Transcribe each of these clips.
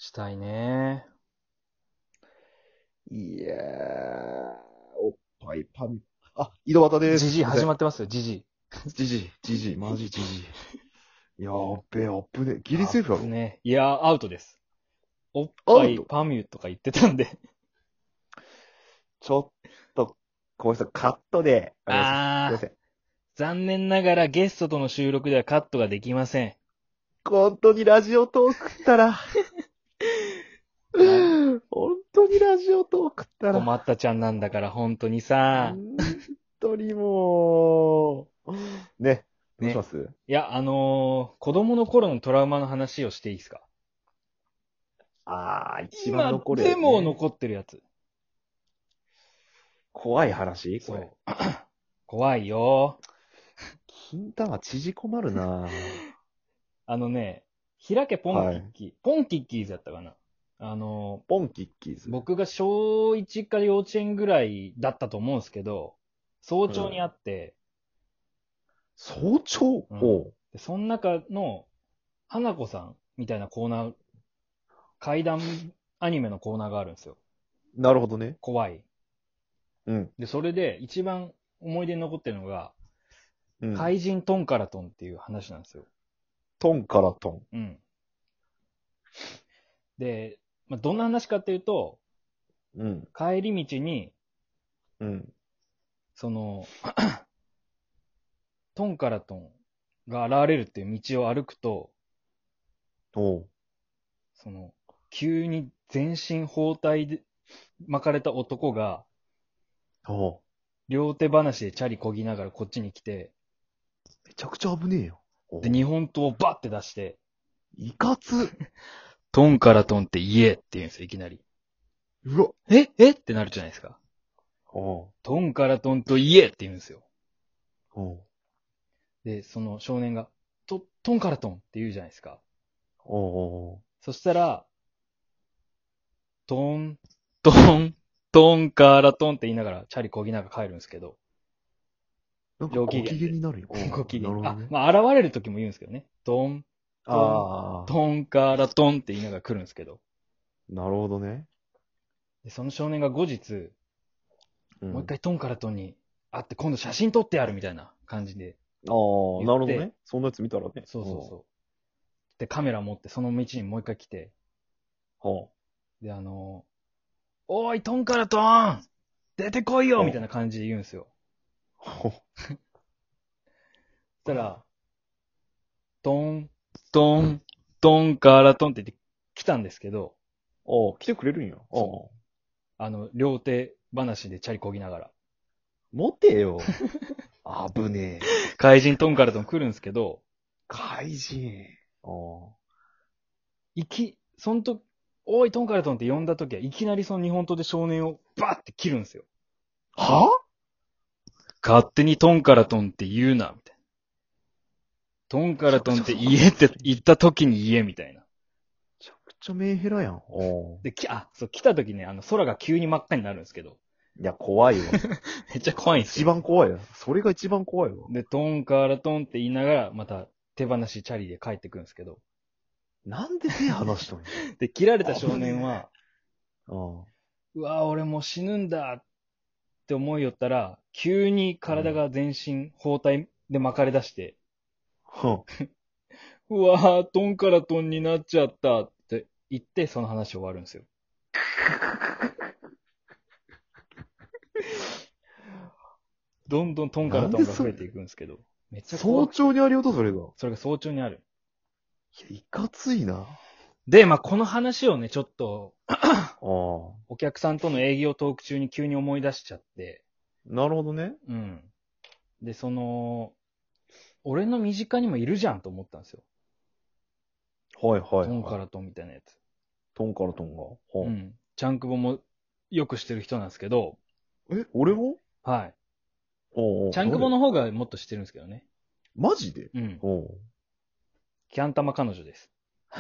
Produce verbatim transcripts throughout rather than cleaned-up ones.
したいね。 いやー、おっぱいパミ。あ、井戸端です。 じじい始まっってますよ、じじい。 じじい、じじい、マジじじい。やっべえ、アップで。ギリセーフやろ。 ね。いや、アウトです。おっアウト。 ぱいパミュとか言ってたんで。 ちょっと、ごめんなさい、カットで。お願いします。すいまあー、 せん。 残念ながらゲストとの収録ではカットができません。 本当にラジオトークったら。本当にラジオトークったら。 困ったちゃんなんだから、本当にさ。 本当にもう。ね。どうしね。 ますいや、あのー、子供の頃のトラウマの話をしていいですか？ あー、一番今残るやつ、ね。 でも残ってるやつ。 怖い話これ。 そう。怖いよ。 金玉縮こまるなあのね、開けポンはい。 キッキー。ポンキッキーズやったかな。あのポンキッキーー、 ズ。 僕が小いちか幼稚園ぐらいだったと思うんですけど、早朝にあって、 早朝、 うんほでその中の、花子さんみたいなコーナー、怪談アニメのコーナーがあるんですよ。 う。なるほどね。 怖い。 うん。 で、それで一番思い出に残ってるのが、 うん。 怪人トンカラトンっていう話なんですよ。 トンからトン。 うん。で、まあ、どんな話かっていうと、 うん。 帰り道に、 うん。 その、トンカラトンが現れるっていう道を歩くと、 おう。 その、急に全身包帯で巻かれた男が、 おう。 両手話でチャリ漕ぎながらこっちに来て、 めちゃくちゃ危ねえよ。おうで、日本刀をバッて出して、 いかつ。 トンカラトンって言えって言うんですよ、いきなり。 うわ。 ええってなるじゃないですか。 おう。 トンカラトンと言えって言うんですよ。 おう。 で、その少年が、ト、トンカラトンって言うじゃないですか。 おう。 そしたら、トン、トン、トンカラトンって言いながら、チャリ漕ぎながら帰るんですけど、 なんかご機上機嫌で。 嫌になるよ。おうご機嫌に。あ、 なるほどね。 まあ、現れる時も言うんですけどね。トン、トン、 ああ。 トンカラトンって言いながら来るんですけど、 なるほどね。 でその少年が後日、 うん。 もう一回トンカラトンに会って今度写真撮ってやるみたいな感じでああ、 言って、 なるほどね。そんなやつ見たらね。 そうそうそう。で、カメラ持ってその道にもう一回来て、 うん。はで、あのおーい、トンカラトン出てこいよあ。 みたいな感じで言うんですよ。 ほそしたら、トン、トン、トンカラトンって言って来たんですけど、 ああ、来てくれるんや。ああ。 そあの、両手話でチャリ漕ぎながら。 持てよ。危ねえ。 怪人トンカラトン来るんですけど、 怪人。ああ。 いき、そんと、おいトンカラトンって呼んだ時はいきなりその日本刀で少年をバッて切るんですよ。 は勝手にトンカラトンって言うな、みたいな。トンカラトンって言えって言った時に言え、みたいな。 めちゃくちゃメンヘラやん。おで、き、あ、そう、来た時ね、あの、空が急に真っ赤になるんですけど、 いや、怖いわ。 めっちゃ怖いんです一よ。 番怖いよ。それが一番怖いわ。 で、トンカラトンって言いながら、また手放しチャリで帰ってくるんですけど、 なんで手離したんや。 で、切られた少年は、 あうわ俺もう死ぬんだって思いよったら、急に体が全身包帯で巻かれ出して、 あ。 うわぁ、トンからトンになっちゃったって言って、その話終わるんですよ。どんどんトンからトンが増えていくんですけど、めっちゃ怖早くて朝にありよと、それが。いそれが早朝にある。 や、いかついな。 で、まあ、この話をね、ちょっと、 ああ。 お客さんとの営業トーク中に急に思い出しちゃって、 なるほどね。 うん。で、その、俺の身近にもいるじゃんと思ったんですよ。 はいはいはい。 トンからトンみたいなやつ。 トンからトンが。はあうん。チャンクボもよくしてる人なんですけど、 え、俺もはい。 おうおうチャンクボ誰の方がもっとしてるんですけどね。 マジでうん。 おうキャンタマ彼女です。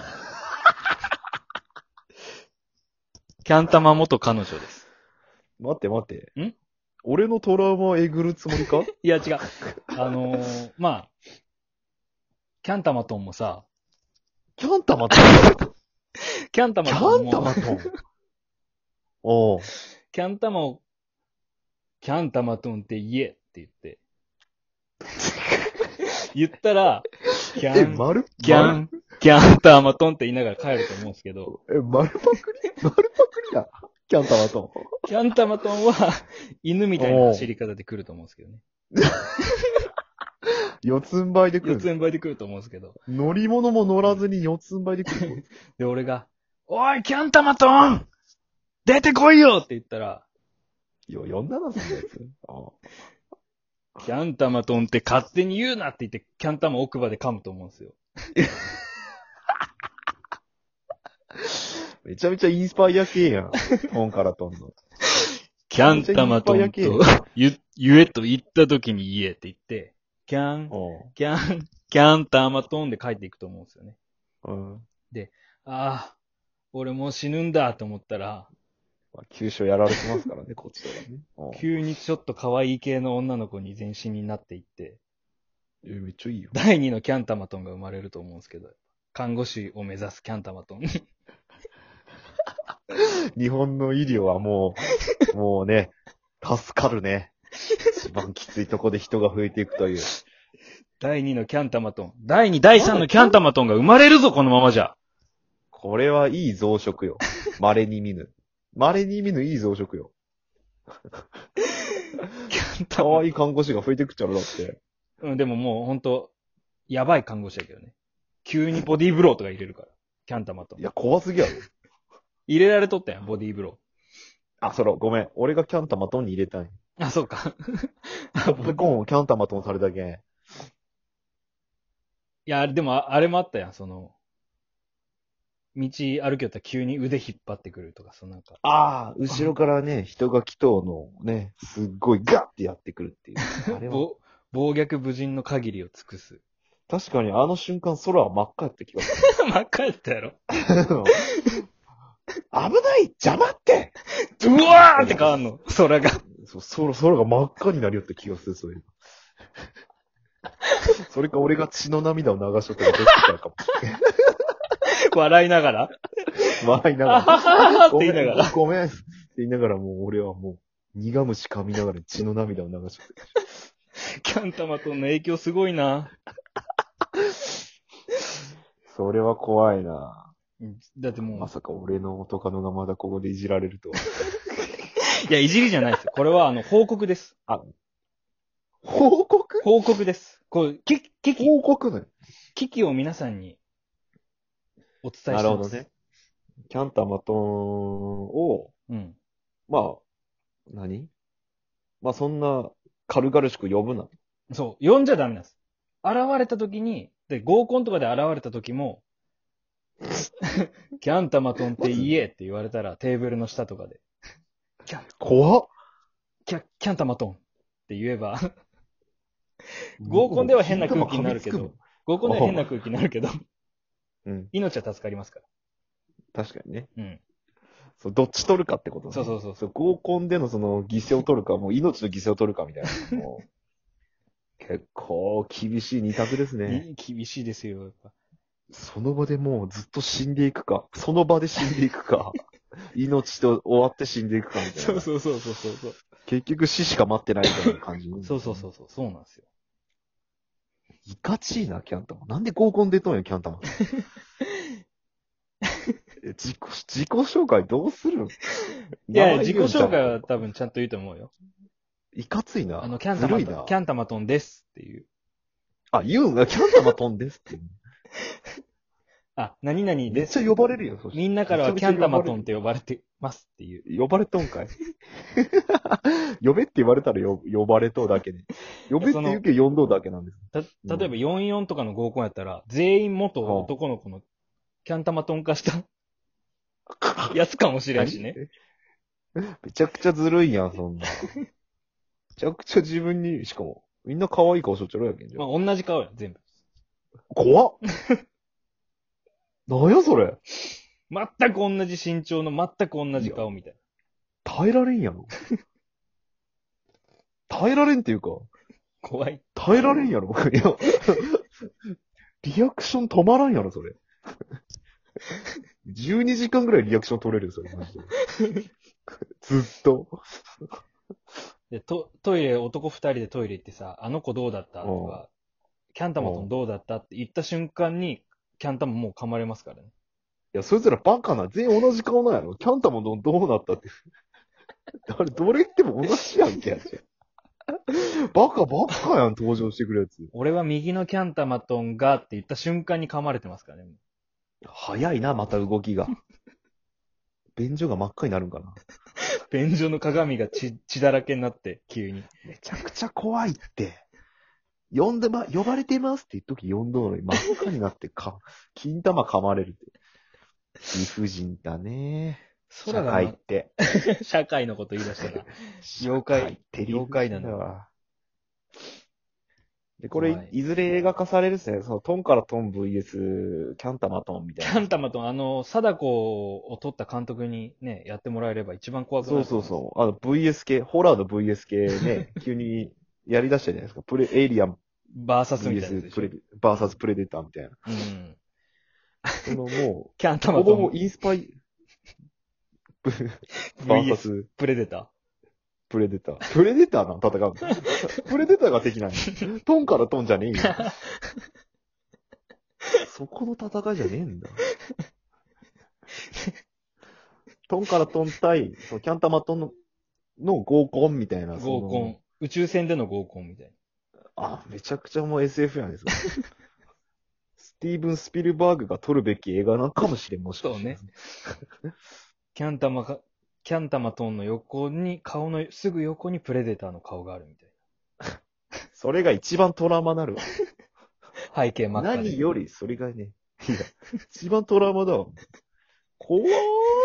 キャンタマ元彼女です。 待って待って。 ん俺のトラウマをえぐるつもりかいや違う。あのー、まあ、キャンタマトンもさ、 キャンタマってキャンタマキトンも。 ャンタマトンおう。 キャンタマを、キャンタマトンって言えって言って。言ったら、キャえ、 ン、 丸キャン、キャンタマトンって言いながら帰ると思うんですけど、 え、丸パクリ丸パクリだ。キャンタマトン。 キャンタマトンは犬みたいな走り方で来ると思うんですけどね。 四つん這いで来る。 四つん這いで来ると思うんですけど。 乗り物も乗らずに四つん這いで来る。 で、俺が、おい、キャンタマトン出てこいよって言ったら、 いや、呼んだな、そんなやつ。 キャンタマトンって勝手に言うなって言って、キャンタマ奥歯で噛むと思うんですよ。 めちゃめちゃインスパイア系やん。トンからトンの。 キャンタマトンと言、言えと言った時に言えって言って、キャン、キャン、キャンタマトンで帰っていくと思うんですよね。 うん。 で、ああ、俺もう死ぬんだと思ったら、 まあ、急所やられてますからね、こっちとかね。 急にちょっと可愛い系の女の子に全身になっていって、 え、めっちゃいいよ。 だいにのキャンタマトンが生まれると思うんですけど、看護師を目指すキャンタマトン。 日本の医療はもう、もうね、助かるね。一番きついとこで人が増えていくという。 だいにのキャンタマトン。だいに、だいさんのキャンタマトンが生まれるぞ、このままじゃ。 これはいい増殖よ。稀に見ぬ。稀に見ぬいい増殖よ。 キャンタ可マトン。 愛い看護師が増えていくっちゃろ、だって。 うん、でももうほんと、やばい看護師だけどね。急にボディーブローとか入れるから。キャンタマトン。 いや、怖すぎやろ。 入れられとったやん、ボディーブロあ、そろ、ごめん。俺がキャンタマトンに入れたんや。 ー。あ、そうか。 ポップコーンをキャンタマトンされたけん。 いや、でもあ、あれもあったやん、その、道歩きよったら急に腕引っ張ってくるとか、そのなんか。 ああ、後ろからね、人が来とうのをね、すっごいガッてやってくるっていう。あれは。 ぼ暴虐無人の限りを尽くす。 確かにあの瞬間空は真っ赤やった気がす真っ赤やったやろ。 る。危ない邪魔ってうわーって変わんの、空が。 そう、空、空が真っ赤になりよった気がする、そういう。それか俺が血の涙を流しとったらどっちかかも。 笑いながら。 笑いながあはははら。 って言いながら。 ごめん、ごめんって言いながらもう俺はもう苦虫噛みながら血の涙を流しとった。 キャンタマトンの影響すごいな。 それは怖いな。 だってもう。 まさか俺の元カノがまだここでいじられるとは。 いや、いじりじゃないですよ。これはあの、報告です。 あ、報告報告です。こう、危機、危機、 報告ね。 危機を皆さんにお伝えしてます。 なるほどね。キャンタマトンを、 うん。 まあ、何まあそんな軽々しく呼ぶな。 そう、呼んじゃダメなんです。現れた時に、で、合コンとかで現れた時も、キャンタマトンって言えって言われたら、テーブルの下とかで、キャン、 怖っキャ、キャンタマトンって言えば、合コンでは変な空気になるけど、合コンでは変な空気になるけど、 うん。 命は助かりますか確かにね。 ら。うん。 そう、どっち取るかってことね。 そうそうそうそう。合コンでのその犠牲を取るか、もう命の犠牲を取るかみたいな。もう結構厳しい二択ですね。 厳しいですよ、やっぱ。 その場でもうずっと死んでいくか、その場で死んでいくか、命と終わって死んでいくかみたいな。 そうそうそうそうそう。 結局死しか待ってないみたいな感じ。 そうそうそうそう、そうなんですよ。 いかちいな、キャンタマ。なんで合コン出とんや、キャンタマ。自己、自己紹介どうするんいや、自己紹介は多分ちゃんと言うと思うよ。 いかついな。 あの、キャンタマトン、 ずるいなキャンタマトンですっていう。 あ、言うんが、キャンタマトンですって。 あ、何々 めっです。 ちゃ呼ばれるよ、そしてみんなからはキャンタマトンって呼ばれてますっていう。 呼ばれとんかい。呼べって言われたらよ呼ばれとうだけで。呼べって言うけど呼んどうだけなんです。 た、例えばよんじゅうよんとかの合コンやったら、全員元男の子のキャンタマトン化したやつかもしれんしね。 めちゃくちゃずるいやん、そんな。めちゃくちゃ自分に、しかも、みんな可愛い顔しょっちゃろやけんじゃん。 まあ、同じ顔や、全部。 怖っなんやそれ。 全く同じ身長の全く同じ顔みたいな。 耐えられんやろ。耐えられんっていうか、 怖い。 耐えられんやろ。いや、リアクション止まらんやろ、それ。 じゅうにじかんぐらいリアクション取れるんですよ、マジで。ずっと。 で、ト、トイレ、男二人でトイレ行ってさ、あの子どうだったとか、キャンタマトンどうだったって言った瞬間に、キャンタマもう噛まれますからね。 いや、そいつらバカな。全員同じ顔なんやろ。キャンタもどどうなったって。あれ、どれ言っても同じやんけやつ。バカバカやん、登場してくるやつ。 俺は右のキャンタマトンがって言った瞬間に噛まれてますからね。 早いな、また動きが。便所が真っ赤になるんかな。 便所の鏡が血、血だらけになって、急に。 めちゃくちゃ怖いって。呼んでま、呼ばれてますって言っとき呼んどるのに真っ赤になってか、金玉噛まれるって。理不尽だね。社会って。 社会のこと言い出したら。妖怪って妖怪なんだわ。で、これ、いずれ映画化されるっすね。その、トンからトン ブイエス、キャンタマトンみたいな。 キャンタマトン、あの、貞子を撮った監督にね、やってもらえれば一番怖くなる。 そうそうそう。あの、ブイエス 系、ホラーの ブイエス 系ね、急にやり出したじゃないですか。プレ、エイリアン。 バーサスみたいなやつ。 プレ、バーサスプレデターみたいな。 うん。 そのもう、 キャンタマトン。 ほぼもインスパイ、バーサス。 プレデター。 プレデター。プレデターなの戦う。プレデターが敵なの。トンからトンじゃねえよ。そこの戦いじゃねえんだ。トンからトン対、キャンタマトンのの合コンみたいな。 合コン。宇宙船での合コンみたいな。あ、めちゃくちゃもう エスエフ やんですよ。スティーブン・スピルバーグが撮るべき映画なんかもしれん、もしかして。 そうね。キャンタマが、キャンタマトンの横に、顔のすぐ横にプレデターの顔があるみたいな。それが一番トラウマなるわ。 背景真っ赤で。 何よりそれがね、いや、一番トラウマだわ。怖ー。